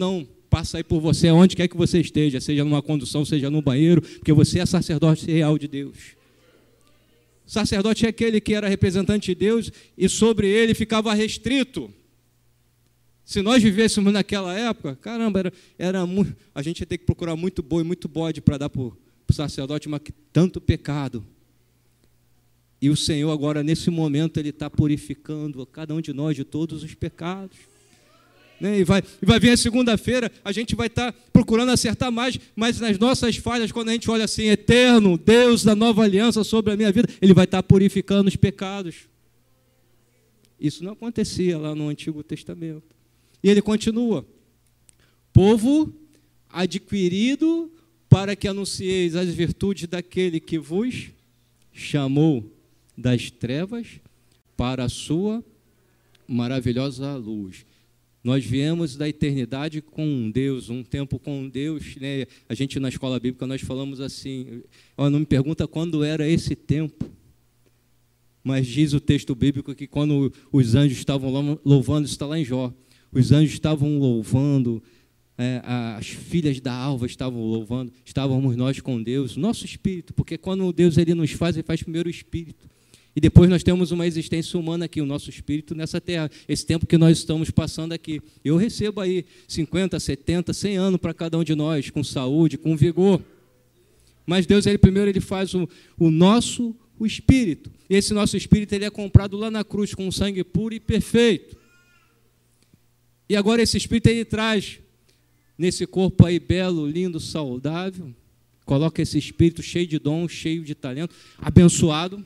passa aí por você, onde quer que você esteja, seja numa condução, seja no banheiro, porque você é sacerdote real de Deus. Sacerdote é aquele que era representante de Deus e sobre ele ficava restrito. Se nós vivêssemos naquela época, caramba, era, era muito, a gente ia ter que procurar muito boi, muito bode para dar para o sacerdote, mas que tanto pecado. E o Senhor agora, nesse momento, Ele está purificando cada um de nós de todos os pecados. Né? E, vai, e vai vir a segunda-feira, a gente vai estar tá procurando acertar mais, mas nas nossas falhas, quando a gente olha assim, eterno, Deus da nova aliança sobre a minha vida, Ele vai estar tá purificando os pecados. Isso não acontecia lá no Antigo Testamento. E Ele continua, povo adquirido para que anuncieis as virtudes daquele que vos chamou das trevas para a sua maravilhosa luz. Nós viemos da eternidade com Deus, um tempo com Deus, né? A gente na escola bíblica nós falamos assim, ó, não me pergunta quando era esse tempo, mas diz o texto bíblico que quando os anjos estavam louvando, isso está lá em Jó, os anjos estavam louvando, é, as filhas da alva estavam louvando, estávamos nós com Deus, nosso espírito, porque quando Deus ele nos faz, Ele faz primeiro o espírito. E depois nós temos uma existência humana aqui, o nosso espírito nessa terra, esse tempo que nós estamos passando aqui. Eu recebo aí cinquenta, setenta, cem anos para cada um de nós, com saúde, com vigor. Mas Deus, ele primeiro, ele faz o, o nosso o espírito. E esse nosso espírito ele é comprado lá na cruz com um sangue puro e perfeito. E agora esse espírito ele traz nesse corpo aí belo, lindo, saudável, coloca esse espírito cheio de dom, cheio de talento, abençoado.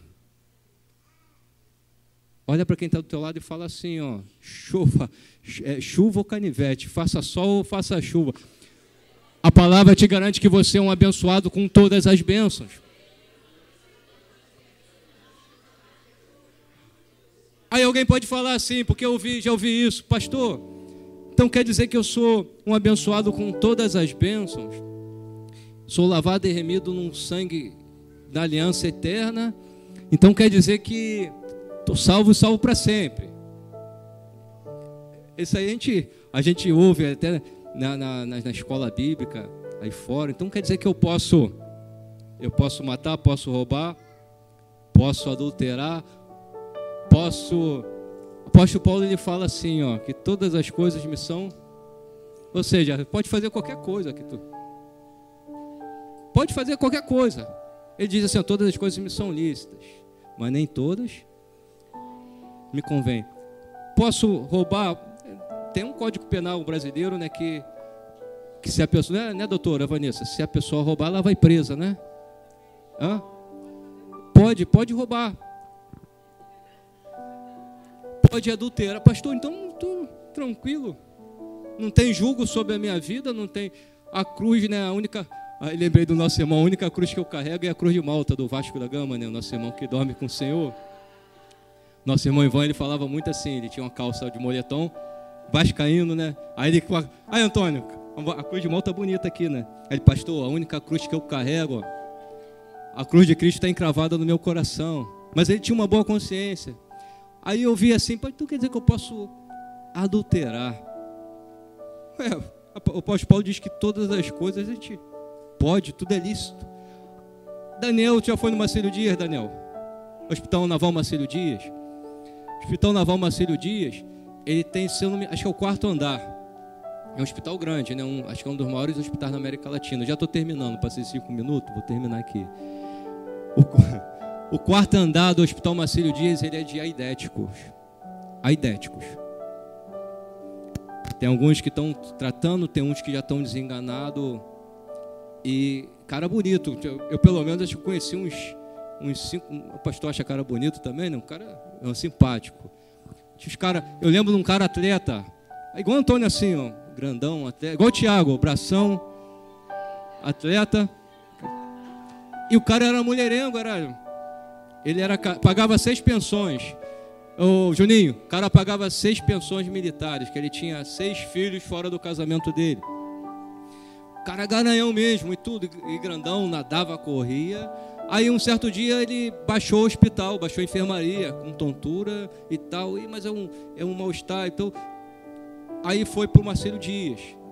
Olha para quem está do teu lado e fala assim, ó, chuva, é, chuva ou canivete, faça sol ou faça chuva. A palavra te garante que você é um abençoado com todas as bênçãos. Aí alguém pode falar assim, porque eu ouvi, já ouvi isso, pastor, então quer dizer que eu sou um abençoado com todas as bênçãos? Sou lavado e remido num sangue da aliança eterna, então quer dizer que estou salvo e salvo para sempre. Isso aí a gente, a gente ouve até na, na, na escola bíblica, aí fora. Então quer dizer que eu posso, eu posso matar, posso roubar, posso adulterar, posso... O apóstolo Paulo ele fala assim, ó, que todas as coisas me são... Ou seja, pode fazer qualquer coisa que tu... Pode fazer qualquer coisa. Ele diz assim, ó, todas as coisas me são lícitas, mas nem todas me convém. Posso roubar? Tem um código penal brasileiro, né, que, que se a pessoa, né, né, doutora Vanessa, se a pessoa roubar, ela vai presa, né? Hã? Pode, pode roubar. Pode adulterar. Pastor, então estou tranquilo. Não tem julgo sobre a minha vida, não tem a cruz, né, a única... Aí lembrei do nosso irmão, a única cruz que eu carrego é a cruz de Malta, do Vasco da Gama, né, o nosso irmão que dorme com o Senhor. Nosso irmão Ivan, ele falava muito assim, ele tinha uma calça de moletom, vascaíno, né? Aí ele, aí Antônio, a cruz de Malta é bonita aqui, né? Aí ele, pastor, a única cruz que eu carrego, ó, a cruz de Cristo está encravada no meu coração. Mas ele tinha uma boa consciência. Aí eu vi assim, então quer dizer que eu posso adulterar? É, o apóstolo Paulo diz que todas as coisas a gente pode, tudo é lícito. Daniel, já foi no Marcelo Dias, Daniel? Hospital Naval Marcelo Dias. Hospital Naval Marcelo Dias, ele tem, seu nome, acho que é o quarto andar. É um hospital grande, né? um, acho que é um dos maiores hospitais da América Latina. Já estou terminando, passei cinco minutos, vou terminar aqui. O, o quarto andar do Hospital Marcelo Dias, ele é de aidéticos. Aidéticos. Tem alguns que estão tratando, tem uns que já estão desenganados. E, cara bonito, eu, eu pelo menos acho que conheci uns... uns cinco, o pastor acha cara bonito também, né? Um cara é um simpático. Os cara, eu lembro de um cara atleta, igual o Antônio assim, ó, grandão, até, igual o Thiago, bração, atleta. E o cara era mulherengo, era, ele era, pagava seis pensões. Ô Juninho, o cara pagava seis pensões militares, que ele tinha seis filhos fora do casamento dele. O cara garanhão mesmo e tudo, e grandão, nadava, corria. Aí um certo dia ele baixou o hospital, baixou a enfermaria, com tontura e tal, e, mas é um, é um mal-estar. Então, aí foi para o Marcelo Dias.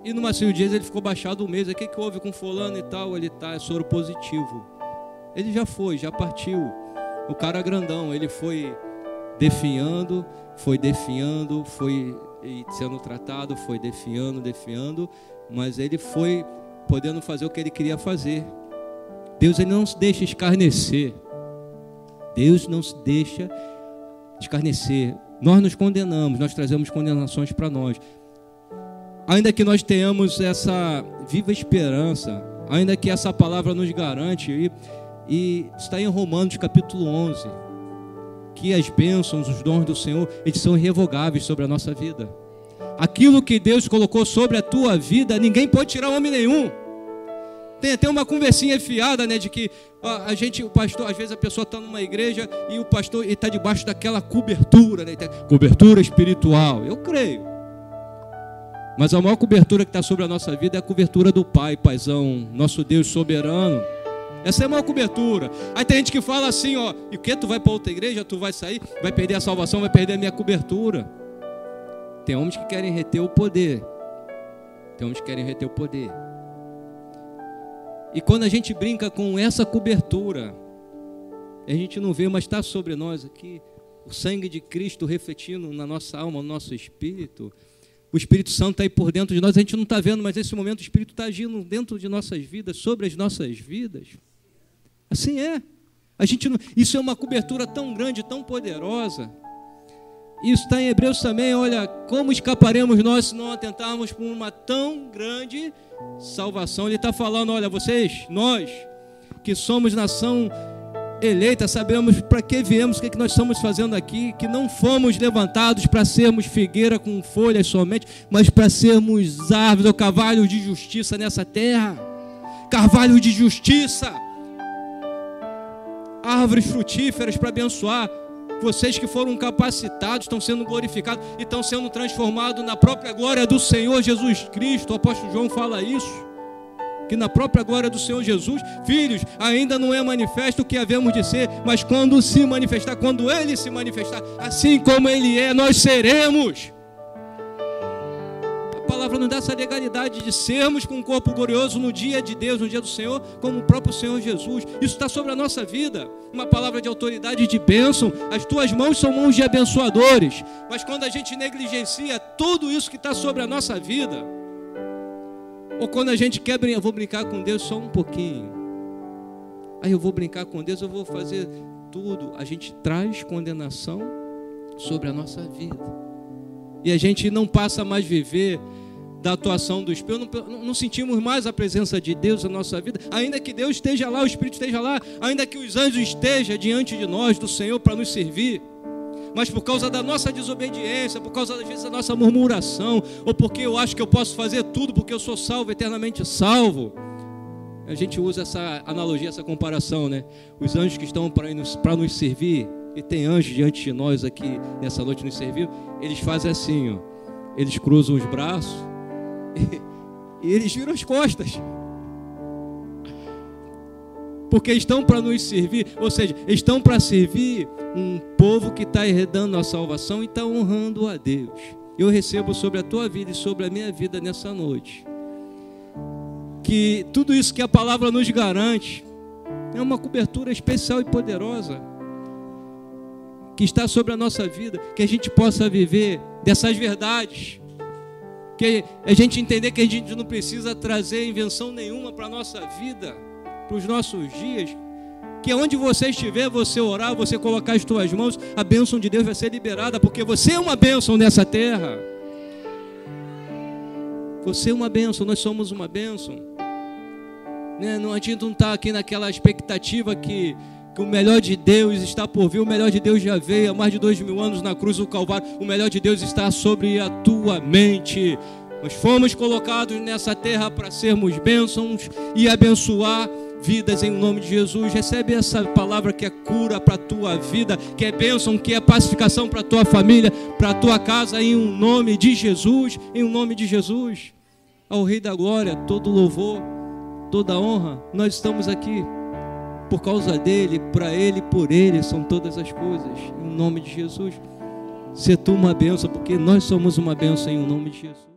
E no Marcinho Dias ele ficou baixado um mês. O que, que houve com fulano e tal? Ele tá, é soro positivo. Ele já foi, já partiu. O cara grandão, ele foi definhando, foi definhando, foi sendo tratado, foi definhando, definhando, mas ele foi podendo fazer o que ele queria fazer. Deus, ele não se deixa escarnecer. Deus não se deixa escarnecer. Nós nos condenamos, nós trazemos condenações para nós. Ainda que nós tenhamos essa viva esperança, ainda que essa palavra nos garante, e, e está em Romanos capítulo onze, que as bênçãos, os dons do Senhor, eles são irrevogáveis sobre a nossa vida. Aquilo que Deus colocou sobre a tua vida, ninguém pode tirar homem nenhum. Tem até uma conversinha fiada, né, de que a, a gente, o pastor, às vezes a pessoa está numa igreja e o pastor está debaixo daquela cobertura, né, cobertura espiritual. Eu creio. Mas a maior cobertura que está sobre a nossa vida é a cobertura do Pai, Paizão, nosso Deus soberano. Essa é a maior cobertura. Aí tem gente que fala assim, ó, e o que? Tu vai para outra igreja, tu vai sair, vai perder a salvação, vai perder a minha cobertura. Tem homens que querem reter o poder. Tem homens que querem reter o poder. E quando a gente brinca com essa cobertura, a gente não vê, mas está sobre nós aqui, o sangue de Cristo refletindo na nossa alma, no nosso espírito. O Espírito Santo está aí por dentro de nós, a gente não está vendo, mas nesse momento o Espírito está agindo dentro de nossas vidas, sobre as nossas vidas. Assim é. A gente não, isso é uma cobertura tão grande, tão poderosa. Isso está em Hebreus também, olha, como escaparemos nós se não atentarmos por uma tão grande salvação. Ele está falando, olha, vocês, nós, que somos nação eleita, sabemos para que viemos, o que, é que nós estamos fazendo aqui, que não fomos levantados para sermos figueira com folhas somente, mas para sermos árvores ou carvalhos de justiça nessa terra. Carvalhos de justiça, árvores frutíferas para abençoar. Vocês que foram capacitados, estão sendo glorificados e estão sendo transformados na própria glória do Senhor Jesus Cristo. O apóstolo João fala isso, que na própria glória do Senhor Jesus, filhos, ainda não é manifesto o que havemos de ser, mas quando se manifestar, quando Ele se manifestar, assim como Ele é, nós seremos. A palavra nos dá essa legalidade de sermos com um corpo glorioso no dia de Deus, no dia do Senhor, como o próprio Senhor Jesus. Isso está sobre a nossa vida, uma palavra de autoridade e de bênção. As tuas mãos são mãos de abençoadores, mas quando a gente negligencia tudo isso que está sobre a nossa vida, ou quando a gente quer, eu vou brincar com Deus só um pouquinho, aí eu vou brincar com Deus, eu vou fazer tudo, a gente traz condenação sobre a nossa vida, e a gente não passa mais a viver da atuação do Espírito, não, não sentimos mais a presença de Deus na nossa vida, ainda que Deus esteja lá, o Espírito esteja lá, ainda que os anjos estejam diante de nós, do Senhor, para nos servir. Mas por causa da nossa desobediência, por causa às vezes da nossa murmuração, ou porque eu acho que eu posso fazer tudo porque eu sou salvo, eternamente salvo, a gente usa essa analogia, essa comparação, né? Os anjos que estão para nos, para nos servir, e tem anjos diante de nós aqui nessa noite nos servir, eles fazem assim, ó, eles cruzam os braços e, e eles viram as costas, porque estão para nos servir, ou seja, estão para servir um povo que está herdando a salvação e está honrando a Deus. Eu recebo sobre a tua vida e sobre a minha vida nessa noite, que tudo isso que a palavra nos garante é uma cobertura especial e poderosa, que está sobre a nossa vida, que a gente possa viver dessas verdades, que a gente entender que a gente não precisa trazer invenção nenhuma para a nossa vida, para os nossos dias, que onde você estiver, você orar, você colocar as tuas mãos, a bênção de Deus vai ser liberada, porque você é uma bênção nessa terra. Você é uma bênção, nós somos uma bênção, né? Não adianta não estar aqui naquela expectativa que, que o melhor de Deus está por vir, o melhor de Deus já veio há mais de dois mil anos na cruz do Calvário, o melhor de Deus está sobre a tua mente. Nós fomos colocados nessa terra para sermos bênçãos e abençoar vidas em nome de Jesus. Recebe essa palavra que é cura para a tua vida, que é bênção, que é pacificação para a tua família, para a tua casa, em um nome de Jesus, em um nome de Jesus. Ao Rei da Glória, todo louvor, toda honra, nós estamos aqui por causa dele, para ele, por ele, são todas as coisas, em nome de Jesus. Se tu uma bênção, porque nós somos uma bênção em nome de Jesus.